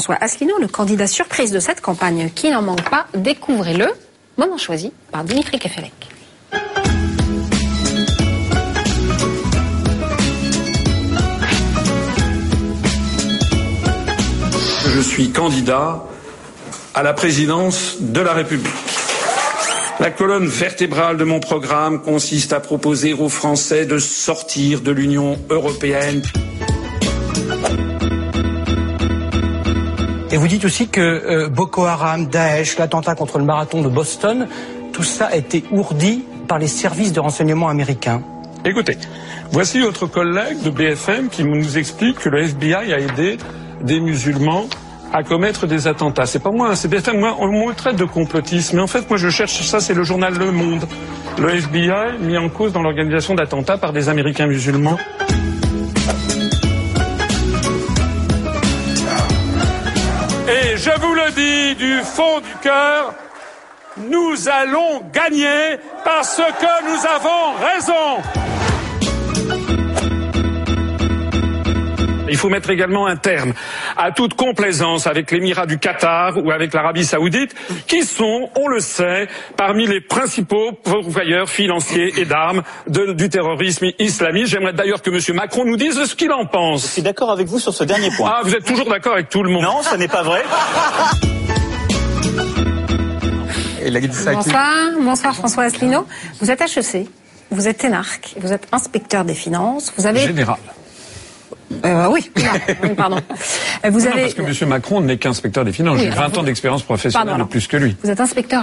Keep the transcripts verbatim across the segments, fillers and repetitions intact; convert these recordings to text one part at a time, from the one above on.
François Asselineau, le candidat surprise de cette campagne qui n'en manque pas. Découvrez-le, moment choisi par Dimitri Kefelec. Je suis candidat à la présidence de la République. La colonne vertébrale de mon programme consiste à proposer aux Français de sortir de l'Union européenne. Et vous dites aussi que euh, Boko Haram, Daesh, l'attentat contre le marathon de Boston, tout ça a été ourdi par les services de renseignement américains. Écoutez, voici votre collègue de B F M qui nous explique que le F B I a aidé des musulmans à commettre des attentats. C'est pas moi, c'est B F M. Moi, on me traite de complotiste. Mais en fait, moi, je cherche ça, c'est le journal Le Monde. Le F B I mis en cause dans l'organisation d'attentats par des Américains musulmans. Et je vous le dis du fond du cœur, nous allons gagner parce que nous avons raison. Il faut mettre également un terme à toute complaisance avec l'Émirat du Qatar ou avec l'Arabie Saoudite, qui sont, on le sait, parmi les principaux pourvoyeurs financiers et d'armes de, du terrorisme islamiste. J'aimerais d'ailleurs que M. Macron nous dise ce qu'il en pense. Je suis d'accord avec vous sur ce dernier point. Ah, vous êtes toujours d'accord avec tout le monde. Non, ce n'est pas vrai. Bonsoir, bonsoir François Asselineau. Vous êtes H E C, vous êtes énarque, vous êtes inspecteur des finances, vous avez... Général. Euh, oui, non, pardon. Vous non, avez... parce que M. Macron n'est qu'inspecteur des finances. Oui, J'ai vingt vous... ans d'expérience professionnelle pardon, de plus que lui. Vous êtes inspecteur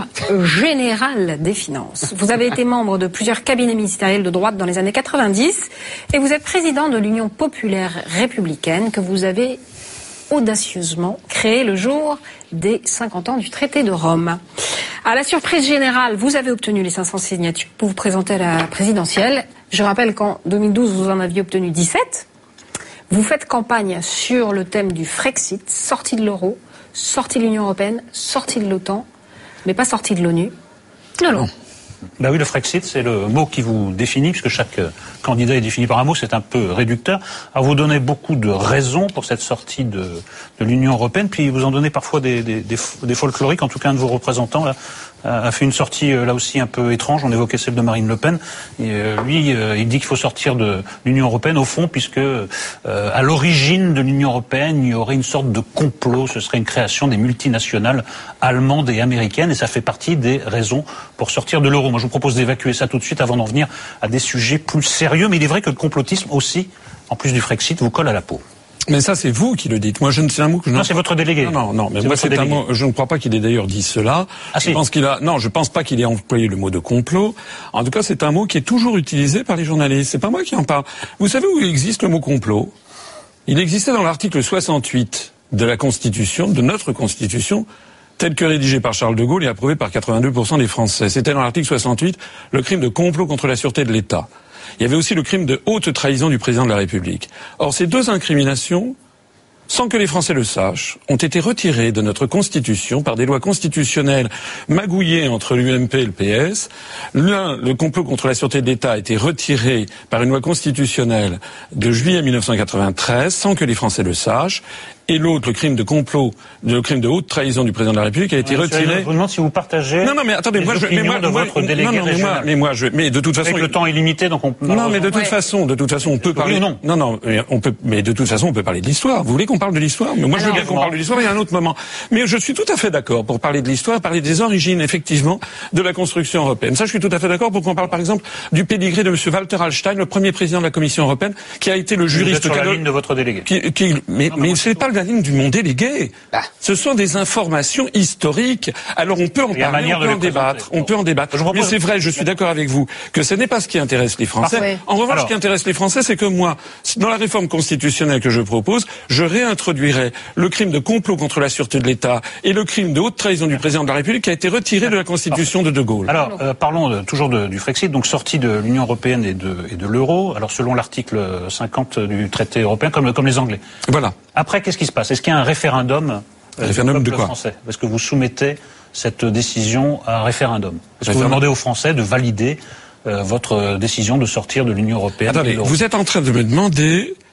général des finances. Vous avez été membre de plusieurs cabinets ministériels de droite dans les années quatre-vingt-dix et vous êtes président de l'Union populaire républicaine que vous avez audacieusement créé le jour des cinquante ans du traité de Rome. À la surprise générale, vous avez obtenu les cinq cents signatures pour vous présenter à la présidentielle. Je rappelle qu'en deux mille douze, vous en aviez obtenu dix-sept. Vous faites campagne sur le thème du Frexit, sortie de l'euro, sortie de l'Union européenne, sortie de l'OTAN, mais pas sortie de l'ONU. Non, non. Ben oui, le Frexit, c'est le mot qui vous définit, puisque chaque candidat est défini par un mot, c'est un peu réducteur. Alors vous donnez beaucoup de raisons pour cette sortie de, de l'Union européenne, puis vous en donnez parfois des, des, des, des folkloriques. En tout cas, un de vos représentants là, a fait une sortie là aussi un peu étrange. On évoquait celle de Marine Le Pen. Et, euh, lui, euh, il dit qu'il faut sortir de l'Union européenne, au fond, puisque euh, à l'origine de l'Union européenne, il y aurait une sorte de complot. Ce serait une création des multinationales allemandes et américaines, et ça fait partie des raisons pour sortir de l'euro. Moi, je vous propose d'évacuer ça tout de suite avant d'en venir à des sujets plus sérieux. Mais il est vrai que le complotisme aussi, en plus du Frexit, vous colle à la peau. Mais ça, c'est vous qui le dites. Moi, je ne sais un mot que je non. C'est votre délégué. Non, non, non. Mais moi, c'est un mot. Je ne crois pas qu'il ait d'ailleurs dit cela. Ah, je si. pense qu'il a. Non, je pense pas qu'il ait employé le mot de complot. En tout cas, c'est un mot qui est toujours utilisé par les journalistes. C'est pas moi qui en parle. Vous savez où il existe le mot complot? Il existait dans l'article soixante-huit de la Constitution, de notre Constitution, tel que rédigé par Charles de Gaulle et approuvé par quatre-vingt-deux pour cent des Français. C'était dans l'article soixante-huit le crime de complot contre la sûreté de l'État. Il y avait aussi le crime de haute trahison du président de la République. Or, ces deux incriminations, sans que les Français le sachent, ont été retirés de notre Constitution par des lois constitutionnelles magouillées entre l'U M P et le P S. L'un, le complot contre la sûreté de l'État, a été retiré par une loi constitutionnelle de juillet mille neuf cent quatre-vingt-treize, sans que les Français le sachent. Et l'autre, le crime de complot, le crime de haute trahison du président de la République, a été ouais, retiré. Je vous demande si vous partagez. Non, non, mais attendez, les moi, je, mais moi, de moi, votre délégué non, non, mais moi, mais moi, je, mais de toute façon, avec le temps est limité, donc on. Non, mais de toute ouais. façon, de toute façon, on peut parler. Oui ou non Non, non, on peut, mais de toute façon, on peut parler de l'histoire. Vous voulez qu'on parle de l'histoire? Mais moi, Alors, je veux bien qu'on parle de l'histoire. Il y a un autre moment. Mais je suis tout à fait d'accord pour parler de l'histoire, parler des origines, effectivement, de la construction européenne. Ça, je suis tout à fait d'accord pour qu'on parle, par exemple, du pédigré de M. Walter Hallstein, le premier président de la Commission européenne, qui a été le juriste. Vous êtes sur la ligne de votre délégué. Qui, qui, mais, non, mais c'est pas la ligne du mon délégué. Ah. Ce sont des informations historiques. Alors on peut en parler, on peut en débattre, on peut en débattre. Mais c'est vrai, je suis d'accord avec vous, que ce n'est pas ce qui intéresse les Français. Parfait. En revanche, Alors. ce qui intéresse les Français, c'est que moi, dans la réforme constitutionnelle que je propose, je réintroduirai le crime de complot contre la sûreté de l'État et le crime de haute trahison du président de la République qui a été retiré de la Constitution de De Gaulle. Alors, euh, parlons de, toujours de, du Frexit, donc sortie de l'Union européenne et de, et de l'euro. Alors, selon l'article cinquante du traité européen, comme, comme les Anglais. Voilà. Après, qu'est-ce qui se passe? Est-ce qu'il y a un référendum? Un référendum de quoi? Français. Est-ce que vous soumettez cette décision à un référendum? Est-ce que vous demandez aux Français de valider euh, votre décision de sortir de l'Union européenne? Attendez, vous êtes en train de me demander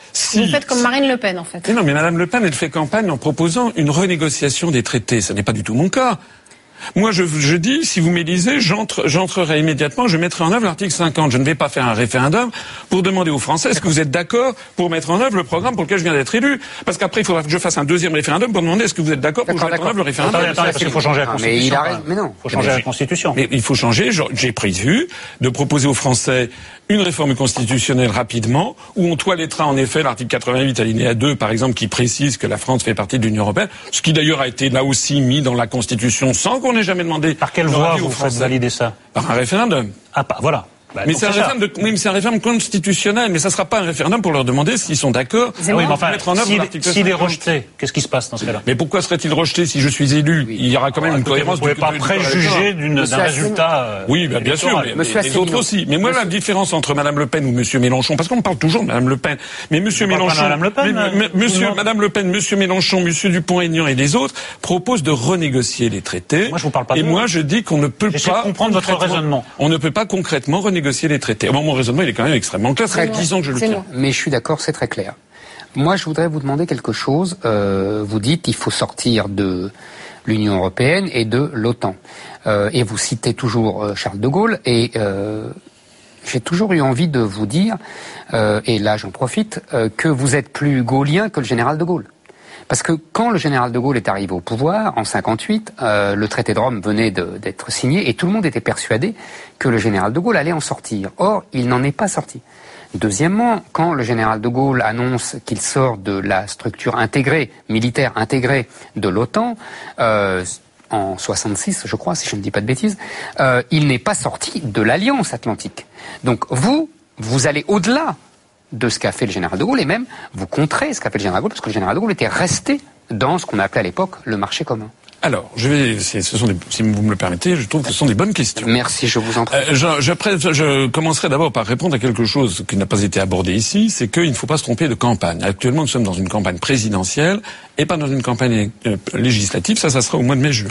Si... Vous faites comme Marine Le Pen, en fait. Mais non, mais Madame Le Pen, elle fait campagne en proposant une renégociation des traités. Ce n'est pas du tout mon cas. Moi, je, je dis, si vous m'élisez, j'entre, j'entrerai immédiatement, je mettrai en œuvre l'article cinquante. Je ne vais pas faire un référendum pour demander aux Français est-ce que vous êtes d'accord pour mettre en œuvre le programme pour lequel je viens d'être élu. Parce qu'après, il faudra que je fasse un deuxième référendum pour demander est-ce que vous êtes d'accord pour que je mette en œuvre le référendum. Attendez, attendez, parce qu'il faut changer la Constitution. Mais il arrête, mais non. Il faut changer mais la Constitution. Mais il faut changer. J'ai prévu de proposer aux Français une réforme constitutionnelle rapidement, où on toilettera en effet l'article quatre-vingt-huit alinéa deux, par exemple, qui précise que la France fait partie de l'Union européenne, ce qui d'ailleurs a été là aussi mis dans la Constitution sans qu'on ait jamais demandé. Par quelle voie vous faites valider ça? Par un référendum. Ah, pas, voilà. Bah, mais c'est un, référendum de, oui, mais c'est un référendum constitutionnel, mais ça ne sera pas un référendum pour leur demander s'ils sont d'accord ah oui, mais enfin, mettre en œuvre l'article s'il est rejeté, qu'est-ce qui se passe dans ce cas-là? Mais pourquoi serait-il rejeté si je suis élu? Oui. Il y aura quand même ah, une écoutez, cohérence. Vous ne pouvez pas préjuger d'un résultat. Euh, oui, bah, bien sûr, mais, mais les autres aussi. Mais moi, Monsieur... la différence entre Madame Le Pen ou Monsieur Mélenchon, parce qu'on parle toujours de Madame Le Pen, mais Monsieur Mélenchon, Madame Le Pen, mais, mais, Monsieur, Madame Le Pen, Monsieur Mélenchon, Monsieur Dupont-Aignan et les autres proposent de renégocier les traités. Moi, je vous parle pas. Et moi, je dis qu'on ne peut pas comprendre votre raisonnement. On ne peut pas concrètement renégocier les traités. Mon raisonnement, il est quand même extrêmement clair. Ça fait dix ans que je le tiens. Mais je suis d'accord, c'est très clair. Moi, je voudrais vous demander quelque chose. Euh, vous dites qu'il faut sortir de l'Union européenne et de l'OTAN. Euh, et vous citez toujours euh, Charles de Gaulle. Et euh, j'ai toujours eu envie de vous dire, euh, et là j'en profite, euh, que vous êtes plus gaullien que le général de Gaulle. Parce que quand le général de Gaulle est arrivé au pouvoir, en cinquante-huit, euh, le traité de Rome venait de, d'être signé et tout le monde était persuadé que le général de Gaulle allait en sortir. Or, il n'en est pas sorti. Deuxièmement, quand le général de Gaulle annonce qu'il sort de la structure intégrée, militaire intégrée de l'OTAN, euh, en soixante-six, je crois, si je ne dis pas de bêtises, euh, il n'est pas sorti de l'Alliance Atlantique. Donc vous, vous allez au-delà de ce qu'a fait le général de Gaulle, et même vous contrez ce qu'a fait le général de Gaulle, parce que le général de Gaulle était resté dans ce qu'on appelait à l'époque le marché commun. Alors, je vais, ce sont des, si vous me le permettez, je trouve que ce sont des bonnes questions. Merci, je vous en prie. Euh, je, je, je commencerai d'abord par répondre à quelque chose qui n'a pas été abordé ici, c'est qu'il ne faut pas se tromper de campagne. Actuellement, nous sommes dans une campagne présidentielle et pas dans une campagne euh, législative, ça, ça sera au mois de mai-juin.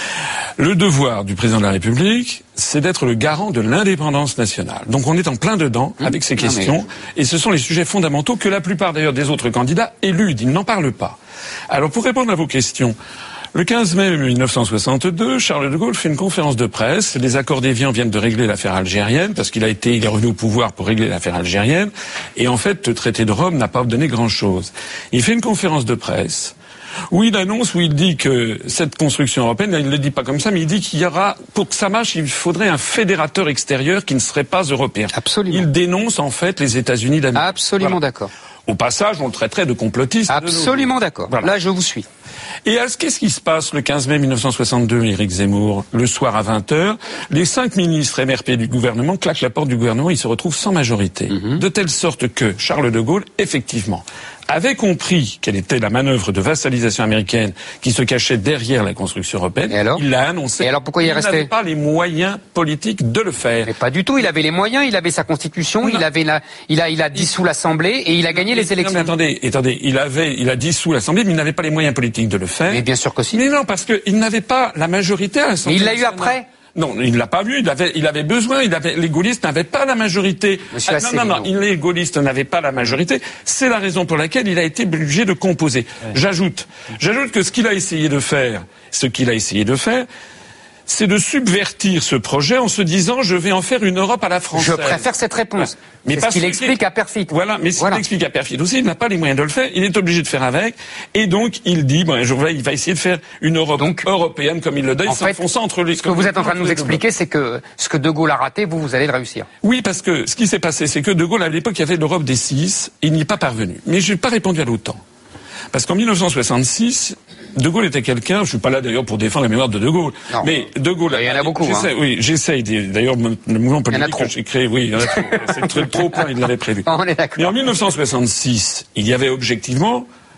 Le devoir du président de la République, c'est d'être le garant de l'indépendance nationale. Donc on est en plein dedans mmh. avec ces questions, non, mais... et ce sont les sujets fondamentaux que la plupart d'ailleurs des autres candidats éludent, ils n'en parlent pas. Alors pour répondre à vos questions, le quinze mai mille neuf cent soixante-deux, Charles de Gaulle fait une conférence de presse. Les accords d'Évian viennent de régler l'affaire algérienne, parce qu'il a été, il est revenu au pouvoir pour régler l'affaire algérienne. Et en fait, le traité de Rome n'a pas donné grand-chose. Il fait une conférence de presse où il annonce, où il dit que cette construction européenne, il ne le dit pas comme ça, mais il dit qu'il y aura, pour que ça marche, il faudrait un fédérateur extérieur qui ne serait pas européen. Absolument. Il dénonce en fait les États-Unis d'Amérique. Absolument voilà. D'accord. Au passage, on le traiterait de complotiste. Absolument d'accord. Voilà. Là, je vous suis. Et qu'est-ce qui se passe le quinze mai mille neuf cent soixante-deux, Éric Zemmour, le soir à vingt heures? Les cinq ministres M R P du gouvernement claquent la porte du gouvernement, ils se retrouvent sans majorité. Mm-hmm. De telle sorte que Charles de Gaulle, effectivement, avait compris quelle était la manœuvre de vassalisation américaine qui se cachait derrière la construction européenne. Et alors? Il l'a annoncé. Et alors pourquoi il est resté? Il n'avait pas les moyens politiques de le faire. Mais pas du tout. Il avait les moyens. Il avait sa constitution. Il avait la, il a, il a dissous l'Assemblée et il a gagné mais, les élections. Non, mais attendez, attendez. Il avait, il a dissous l'Assemblée, mais il n'avait pas les moyens politiques de le faire. Mais bien sûr que si. Mais non, parce qu'il n'avait pas la majorité à l'Assemblée. Mais il l'a eu après. Non, il ne l'a pas vu, il avait, il avait besoin, il avait, les gaullistes n'avaient pas la majorité. Monsieur ah, non, non, non, les gaullistes n'avaient pas la majorité. C'est la raison pour laquelle il a été obligé de composer. Ouais. J'ajoute, j'ajoute que ce qu'il a essayé de faire, ce qu'il a essayé de faire, c'est de subvertir ce projet en se disant je vais en faire une Europe à la française. Je préfère cette réponse. Voilà. Mais c'est ce qu'il explique à Perfit. Voilà, mais voilà. s'il explique à Perfit aussi, il n'a pas les moyens de le faire, il est obligé de faire avec, et donc il dit, bon, je, il va essayer de faire une Europe donc, européenne comme il le dit, s'enfonçant entre les... Ce que vous êtes en train de nous expliquer, c'est que ce que De Gaulle a raté, vous, vous allez le réussir. Oui, parce que ce qui s'est passé, c'est que De Gaulle, à l'époque, il y avait l'Europe des six, il n'y est pas parvenu. Mais je n'ai pas répondu à l'OTAN. Parce qu'en mille neuf cent soixante-six, De Gaulle était quelqu'un, je ne suis pas là d'ailleurs pour défendre la mémoire de De Gaulle, non, mais De Gaulle... Il y en a beaucoup, j'essaie, hein. Oui, j'essaye, d'ailleurs, le mouvement politique que j'ai créé, oui, il y en a trop, c'est trop, trop plein, il l'avait prévu. On est d'accord. Mais en mille neuf cent soixante-six, il y avait objectivement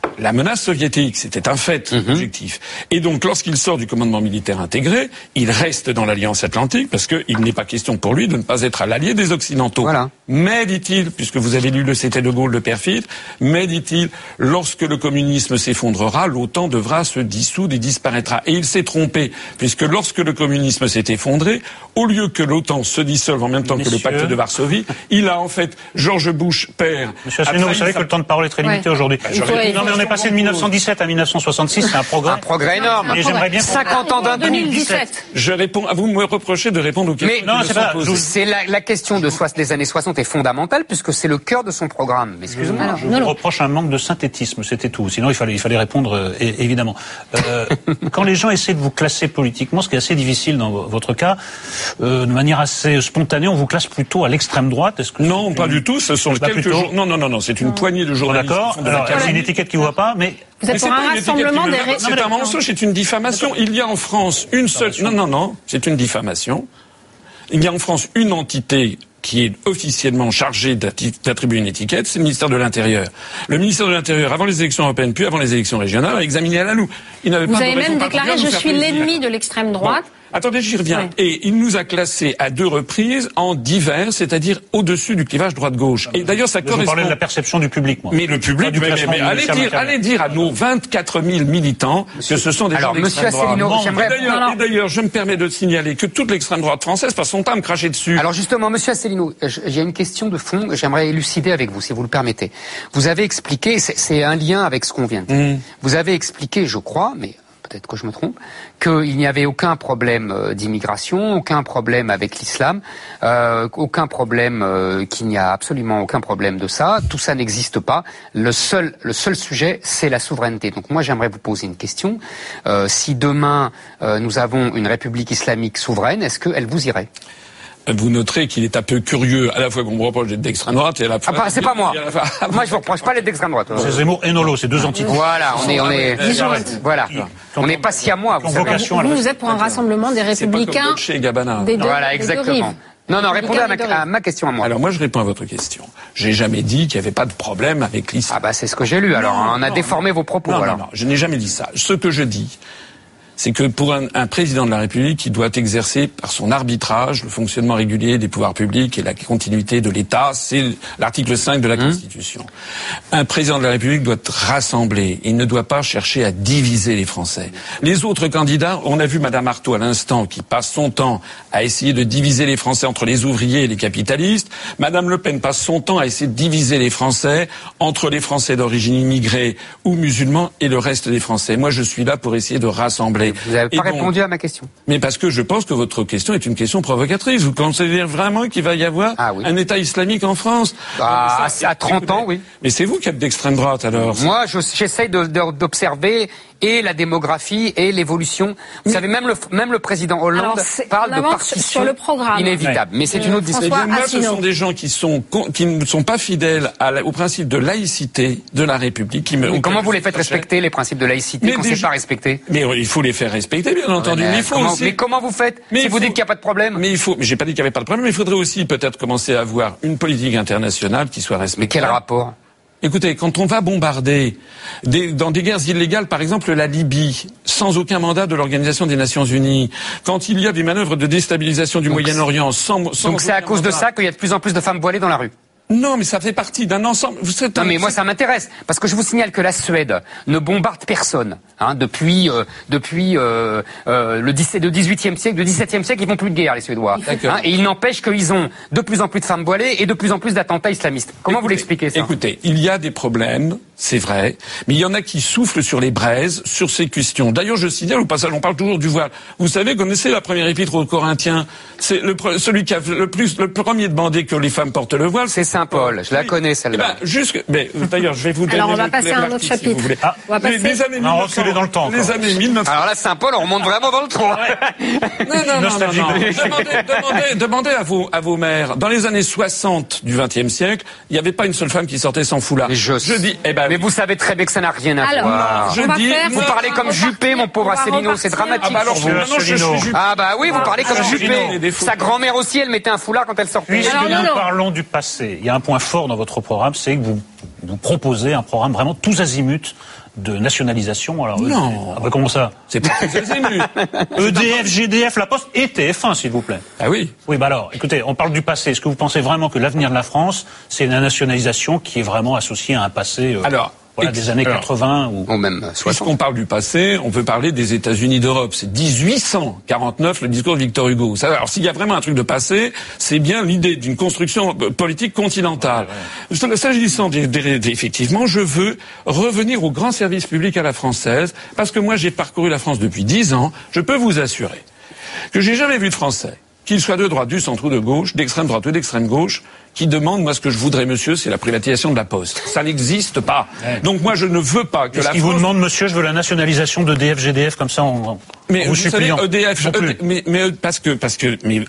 la menace soviétique. C'était un fait Mm-hmm. objectif. Et donc, lorsqu'il sort du commandement militaire intégré, il reste dans l'Alliance Atlantique parce qu'il n'est pas question pour lui de ne pas être à l'allié des Occidentaux. Voilà. Mais, dit-il, puisque vous avez lu le C'était de Gaulle, le perfide, mais, dit-il, lorsque le communisme s'effondrera, l'OTAN devra se dissoudre et disparaîtra. Et il s'est trompé, puisque lorsque le communisme s'est effondré, au lieu que l'OTAN se dissolve en même temps Messieurs. que le pacte de Varsovie, il a en fait, George Bush, père... Monsieur Asselineau, vous savez que le temps de parole est très limité Ouais. aujourd'hui. Il faut- il Non, mais on est passé de mille neuf cent dix-sept à mille neuf cent soixante-six, c'est un progrès. Un progrès énorme. Et j'aimerais bien qu'on- cinquante ans d'un deux mille dix-sept. Je réponds, à vous me reprochez de répondre aux questions Mais qui non, me c'est sont pas- posées. C'est la, la question de soix- des années soixante est fondamentale puisque c'est le cœur de son programme. Mais excusez-moi. Alors, Je non, vous non. reproche un manque de synthétisme, c'était tout. Sinon, il fallait, il fallait répondre, euh, é- évidemment. Euh, quand les gens essaient de vous classer politiquement, ce qui est assez difficile dans vo- votre cas, euh, de manière assez spontanée, on vous classe plutôt à l'extrême droite. Est-ce que Non, c'est pas une- du tout. Ce sont Bah, quelques plutôt. jours. Non, non, non, non. C'est une poignée de Bon, journalistes. d'accord. qui font de la Alors, campagne. c'est une étiquette qui ne voit pas, mais Vous êtes Mais pour c'est un pas une étiquette rassemblement qui me- des... ré- C'est un mensonge, c'est une diffamation. Il y a en France une seule... Non, non, non, c'est une diffamation. Il y a en France une entité qui est officiellement chargée d'atti- d'attribuer une étiquette, c'est le ministère de l'Intérieur. Le ministère de l'Intérieur, avant les élections européennes, puis avant les élections régionales, a examiné à la loupe. Il n'avait Vous pas de avez raison même particulière déclaré de « Je faire suis plaisir. l'ennemi de l'extrême droite Bon. Attendez, j'y reviens. Ouais. Et il nous a classés à deux reprises en divers, c'est-à-dire au-dessus du clivage droite-gauche. Et d'ailleurs, ça je vous correspond... parlais de la perception du public, moi. Mais le Pas public, du mais, mais- classement mais du allez, ministère de dire, l'Intérieur. allez dire à nos vingt-quatre mille militants que ce sont des Alors, gens monsieur d'extrême droite. Asselineau, Bon, j'aimerais- et d'ailleurs- Non, non. et d'ailleurs, je me permets de signaler que toute l'extrême droite française passe son temps à me cracher dessus. Alors justement, monsieur Asselineau, j- j'ai une question de fond que j'aimerais élucider avec vous, si vous le permettez. Vous avez expliqué, c'est- c'est un lien avec ce qu'on vient de dire. Mm. Vous avez expliqué, je crois, mais peut-être que je me trompe, qu'il n'y avait aucun problème euh, d'immigration, aucun problème avec l'islam, euh, aucun problème, euh, qu'il n'y a absolument aucun problème de ça. Tout ça n'existe pas. Le seul, le seul sujet, c'est la souveraineté. Donc moi, j'aimerais vous poser une question. Euh, si demain euh, nous avons une république islamique souveraine, est-ce qu'elle vous irait ? Vous noterez qu'il est un peu curieux, à la fois qu'on me reproche d'être d'extrême droite et à la Ah fois... bah, c'est pas moi. et à la fois- Moi, je vous reproche pas d'être d'extrême droite. C'est Zemmour et Nolo, c'est deux entités. Voilà, on est, on est, Disjointes. voilà, on n'est pas si à moi, vous Qui ont savez. vocation à Vous, le- vous êtes pour un rassemblement des C'est pas comme républicains Dolce et Gabbana. des deux, Voilà, des deux exactement. rives. Non, non, répondez à ma, Républicains des deux à rives. ma question à moi. Alors moi, je réponds à votre question. J'ai jamais dit qu'il n'y avait pas de problème avec l'islam. Ah bah c'est ce que j'ai lu. Alors, Non, on a non, déformé vos propos. Non, alors. non, non, je n'ai jamais dit ça. Ce que je dis, c'est que pour un, un président de la République, il doit exercer par son arbitrage le fonctionnement régulier des pouvoirs publics et la continuité de l'État. C'est l'article cinq de la Constitution. Un président de la République doit rassembler. Il ne doit pas chercher à diviser les Français. Les autres candidats, on a vu Madame Arthaud à l'instant qui passe son temps à essayer de diviser les Français entre les ouvriers et les capitalistes. Madame Le Pen passe son temps à essayer de diviser les Français entre les Français d'origine immigrée ou musulmans et le reste des Français. Moi, je suis là pour essayer de rassembler. Vous n'avez Et pas donc- répondu à ma question. Mais parce que je pense que votre question est une question provocatrice. Vous considérez vraiment qu'il va y avoir Ah oui. un État islamique en France? Ah, Non, mais ça- à trente ans, oui. Mais c'est vous qui êtes d'extrême droite, alors. Moi, je- j'essaye de- de- d'observer et la démographie et l'évolution. Vous savez, même le, même le président Hollande Alors, c'est- parle on de avance partition sur le programme. inévitable. Mais c'est Euh, une autre François- Eh discussion. bien, moi, ce Asselineau. sont des gens qui sont con- qui ne sont pas fidèles à la- au principe de laïcité de la République. Qui me, Mais comment auquel vous je les faites suis attaché. respecter, les principes de laïcité, Mais quand c'est déjà- pas respecté? Mais euh, il faut les faire respecter, bien entendu. Mais Mais il faut comment, aussi. mais comment vous faites Mais si il vous faut- dites qu'il n'y a pas de problème? Mais il faut. Mais j'ai pas dit qu'il n'y avait pas de problème. Mais il faudrait aussi peut-être commencer à avoir une politique internationale qui soit respectée. Mais quel rapport? Écoutez, quand on va bombarder des, dans des guerres illégales, par exemple la Libye, sans aucun mandat de l'Organisation des Nations Unies, quand il y a des manœuvres de déstabilisation du Donc Moyen-Orient, sans, sans Donc c'est à aucun cause de mandat- ça qu'il y a de plus en plus de femmes voilées dans la rue. Non, mais ça fait partie d'un ensemble. Vous savez, Non mais moi ça m'intéresse parce que je vous signale que la Suède ne bombarde personne hein, depuis euh, depuis euh, euh, le dix-sept, le dix-huitième siècle, le dix-septième siècle, ils font plus de guerre les Suédois. D'accord. Hein, et il n'empêche qu'ils ont de plus en plus de femmes voilées et de plus en plus d'attentats islamistes. Comment vous Écoutez, l'expliquez ça? Écoutez, il y a des problèmes, c'est vrai, mais il y en a qui soufflent sur les braises sur ces questions. D'ailleurs, je signale au passage, on parle toujours du voile. Vous savez, connaissez la première épître aux Corinthiens, c'est le pre- celui qui a le plus le premier demandé que les femmes portent le voile. C'est Saint Paul, je la Oui. connais Eh celle-là. ben, jusque, mais d'ailleurs, je vais vous donner Alors, on va le- passer les à un autre articles, si chapitre. vous voulez. Ah, on va Les- passer- les années On va mille neuf cents, reculer dans le temps, Les encore. années mille neuf cents. Alors là Saint Paul, on remonte vraiment dans le trou. Non, non, non, non, Nostalgique. non. Demandez, demandez, demandez à vos, à vos mères. Dans les années soixante du vingtième siècle, il n'y avait pas une seule femme qui sortait sans foulard. Mais je, dis, eh ben, mais oui. vous savez très bien que ça n'a rien à Alors, voir. je on va dis- faire- Vous parlez comme on va Juppé, mon pauvre on va Asselineau, c'est repartir. dramatique Ah bah alors, pour vous. maintenant, je suis Asselineau. Juppé. Ah bah oui, vous parlez comme Alors, Juppé. les défauts. Sa grand-mère aussi, elle mettait un foulard quand elle sortait. Puisque Alors, non, nous non. parlons du passé, il y a un point fort dans votre programme, c'est que vous vous proposez un programme vraiment tous azimuts de nationalisation. Alors, non. Ah bah comment ça? C'est pas tous azimuts. E D F, G D F, La Poste et T F un, s'il vous plaît. Ah oui. Oui, bah alors, écoutez, on parle du passé. Est-ce que vous pensez vraiment que l'avenir de la France, c'est une nationalisation qui est vraiment associée à un passé euh, alors, voilà, des années alors, quatre-vingts ou... ou même soixante. Puisqu'on parle du passé, on peut parler des États-Unis d'Europe. C'est dix-huit cent quarante-neuf, le discours de Victor Hugo. Ça, alors, s'il y a vraiment un truc de passé, c'est bien l'idée d'une construction politique continentale. Ouais, ouais. S'agissant des, des, des, effectivement, je veux revenir au grand service public à la française, parce que moi, j'ai parcouru la France depuis dix ans. Je peux vous assurer que j'ai jamais vu de Français, qu'il soit de droite, du centre ou de gauche, d'extrême droite ou d'extrême gauche, qui demande, moi, ce que je voudrais, monsieur, c'est la privatisation de la Poste. Ça n'existe pas. Ouais. Donc, moi, je ne veux pas que la France... vous demande, monsieur, je veux la nationalisation d'E D F, G D F, comme ça, on... Mais vous, vous savez, E D F, E D F mais, mais parce que, parce que, mais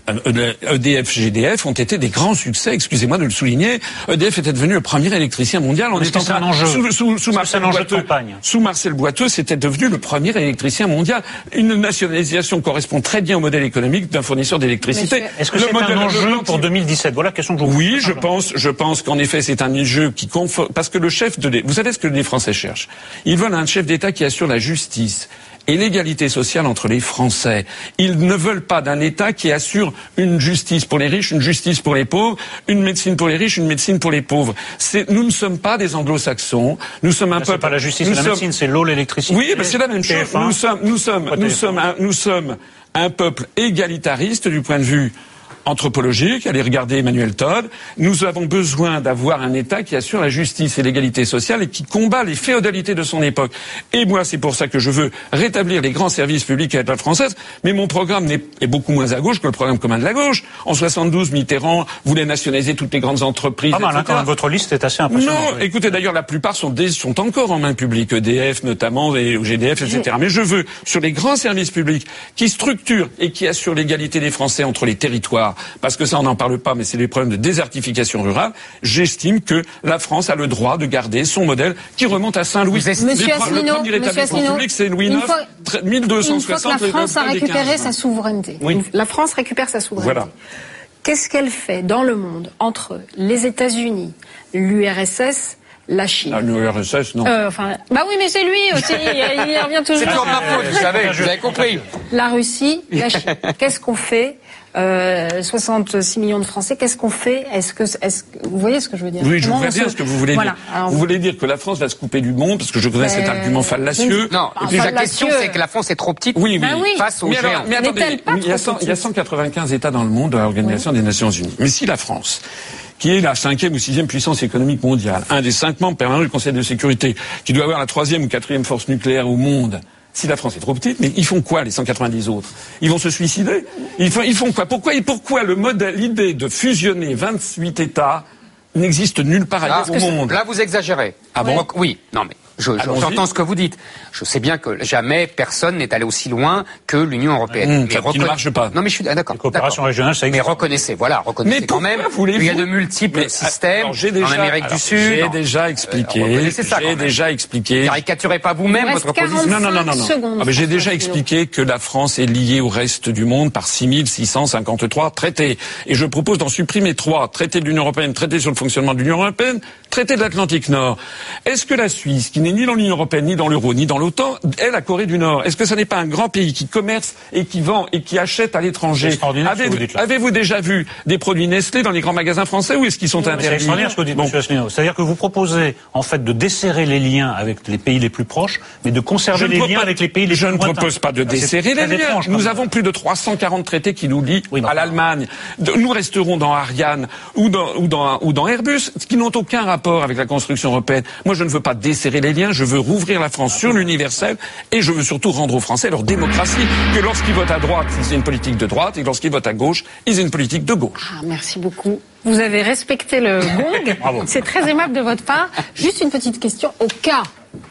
E D F, G D F ont été des grands succès, excusez-moi de le souligner. E D F était devenu le premier électricien mondial. On est en train, sous, sous, sous Marcel Boiteux, sous Marcel Boiteux, c'était devenu le premier électricien mondial. Une nationalisation correspond très bien au modèle économique d'un fournisseur d'électricité. Est-ce que c'est un enjeu pour deux mille dix-sept? Voilà la question que je vous pose. Oui, je pense, je pense qu'en effet, c'est un jeu qui conforte, parce que le chef de, vous savez ce que les Français cherchent? Ils veulent un chef d'État qui assure la justice et l'égalité sociale entre les Français. Ils ne veulent pas d'un État qui assure une justice pour les riches, une justice pour les pauvres, une médecine pour les riches, une médecine pour les pauvres. C'est, nous ne sommes pas des anglo-saxons. Nous sommes un Là, peuple. C'est pas la justice et la sommes... médecine, c'est l'eau, l'électricité. Oui, mais c'est la même chose. Nous sommes, nous sommes, nous sommes, un, nous sommes un peuple égalitariste du point de vue anthropologique, allez regarder Emmanuel Todd. Nous avons besoin d'avoir un État qui assure la justice et l'égalité sociale et qui combat les féodalités de son époque. Et moi, c'est pour ça que je veux rétablir les grands services publics à la française. Mais mon programme est, est beaucoup moins à gauche que le programme commun de la gauche. En soixante-douze, Mitterrand voulait nationaliser toutes les grandes entreprises. Pas mal, hein, quand même, votre liste est assez impressionnante. Non, oui. Écoutez, d'ailleurs, la plupart sont, des, sont encore en main publique, E D F notamment, et G D F, et cetera. Mais je veux, sur les grands services publics qui structurent et qui assurent l'égalité des Français entre les territoires, parce que ça, on n'en parle pas, mais c'est les problèmes de désertification rurale, j'estime que la France a le droit de garder son modèle qui remonte à Saint-Louis. Monsieur Asselineau, Monsieur Asselineau, c'est Louis neuf, mille deux cent soixante. Une fois que la France a récupéré sa souveraineté, oui. la France récupère sa souveraineté. Voilà. Qu'est-ce qu'elle fait dans le monde entre les États-Unis, l'U R S S, la Chine? Ah, l'U R S S, non. Euh, enfin, bah oui, mais c'est lui aussi, il, il y revient toujours. C'est toujours ma faute, vous savez, vous avez compris. La Russie, la Chine. Qu'est-ce qu'on fait? Euh, soixante-six millions de Français, qu'est-ce qu'on fait? Est-ce que, est-ce que, vous voyez ce que je veux dire? Oui, je vois bien se... ce que vous voulez voilà. dire. Alors, vous voulez dire que la France va se couper du monde, parce que je connais euh... cet argument fallacieux. Non, et puis la question, c'est que la France est trop petite oui, ben oui. face aux mais géants. alors, mais attendez, il y, a cent, il y a cent quatre-vingt-quinze États dans le monde de l'Organisation oui. des Nations Unies. Mais si la France, qui est la cinquième ou sixième puissance économique mondiale, un des cinq membres permanents du Conseil de sécurité, qui doit avoir la troisième ou quatrième force nucléaire au monde, si la France est trop petite, mais ils font quoi, les cent quatre-vingt-dix autres? Ils vont se suicider? Ils font, ils font quoi? Pourquoi, pourquoi le modèle, l'idée de fusionner vingt-huit États n'existe nulle part ailleurs ah, au monde? Là, vous exagérez. Ah bon? Oui, non mais... Je, je, j'entends ce que vous dites. Je sais bien que jamais personne n'est allé aussi loin que l'Union européenne. Mmh, mais ça reconna... ne marche pas. Non, mais je suis d'accord. Les coopérations régionales, ça existe. Mais reconnaissez, voilà, reconnaissez mais quand même. Il y a de multiples mais, systèmes alors, déjà, en Amérique alors, du Sud. J'ai déjà expliqué. Euh, ça, j'ai déjà expliqué. Caricaturez pas vous-même votre position. Non, non, non, non. non. Ah, mais j'ai déjà expliqué que la France est liée au reste du monde par six mille six cent cinquante-trois traités. Et je propose d'en supprimer trois. Traité de l'Union européenne, traité sur le fonctionnement de l'Union européenne, traité de l'Atlantique Nord. Est-ce que la Suisse, qui n'est ni dans l'Union européenne, ni dans l'euro, ni dans l'OTAN, est la Corée du Nord? Est-ce que ça n'est pas un grand pays qui commerce et qui vend et qui achète à l'étranger? Avez-vous, avez-vous déjà vu des produits Nestlé dans les grands magasins français ou est-ce qu'ils sont interdits? C'est extraordinaire ce que vous dites, bon. Monsieur Asselineau. C'est-à-dire que vous proposez, en fait, de desserrer les liens avec les pays les plus proches, mais de conserver les liens pas, avec les pays les plus lointains. Je ne propose pas de desserrer les liens. Étrange, nous avons plus de trois cent quarante traités qui nous lient oui, à l'Allemagne. Nous resterons dans Ariane ou dans, ou dans, ou dans Airbus, qui n'ont aucun rapport avec la construction européenne. Moi, je ne veux pas desserrer les liens, je veux rouvrir la France sur l'universel et je veux surtout rendre aux Français leur démocratie, que lorsqu'ils votent à droite, ils aient une politique de droite et que lorsqu'ils votent à gauche, ils aient une politique de gauche. Ah, merci beaucoup. Vous avez respecté le gong. C'est très aimable de votre part. Juste une petite question. Au cas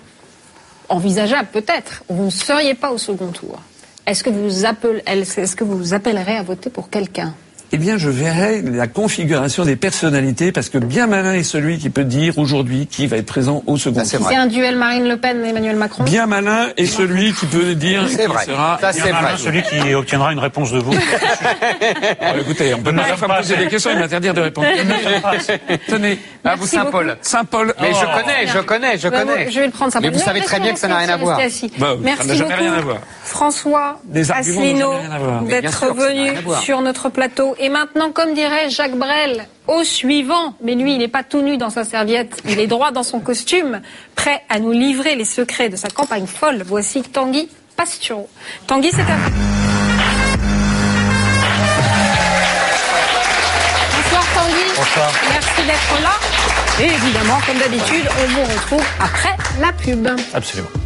envisageable peut-être, où vous ne seriez pas au second tour, est-ce que vous appelez, est-ce que vous appellerez à voter pour quelqu'un? eh bien, je verrai la configuration des personnalités, parce que bien malin est celui qui peut dire aujourd'hui qui va être présent au second Ça, c'est tour. vrai. C'est un duel Marine Le Pen et Emmanuel Macron. Bien malin est celui qui peut dire C'est qui vrai. sera... Ça, Bien c'est malin, vrai. celui qui obtiendra une réponse de vous. Ah, écoutez, on peut pas la faire me poser des questions et m'interdire de répondre. Tenez, Ah, vous, Merci Saint-Paul. beaucoup. Saint-Paul. Mais Oh. je connais, je connais, je Bah, connais. Je vais le prendre ça. Mais vous savez très bien que ça n'a rien à voir. Bah, ça Merci n'a jamais beaucoup, rien à voir. François Les arguments Asselineau, n'ont jamais rien à voir. Mais bien d'être sûr que ça n'a venu rien à voir. sur notre plateau. Et maintenant, comme dirait Jacques Brel, au suivant. Mais lui, il n'est pas tout nu dans sa serviette. Il est droit dans son costume, prêt à nous livrer les secrets de sa campagne folle. Voici Tanguy Pastureau. Tanguy, c'est à vous. Bonsoir Tanguy. Bonsoir. Merci d'être là. Et évidemment, comme d'habitude, on vous retrouve après la pub. Absolument.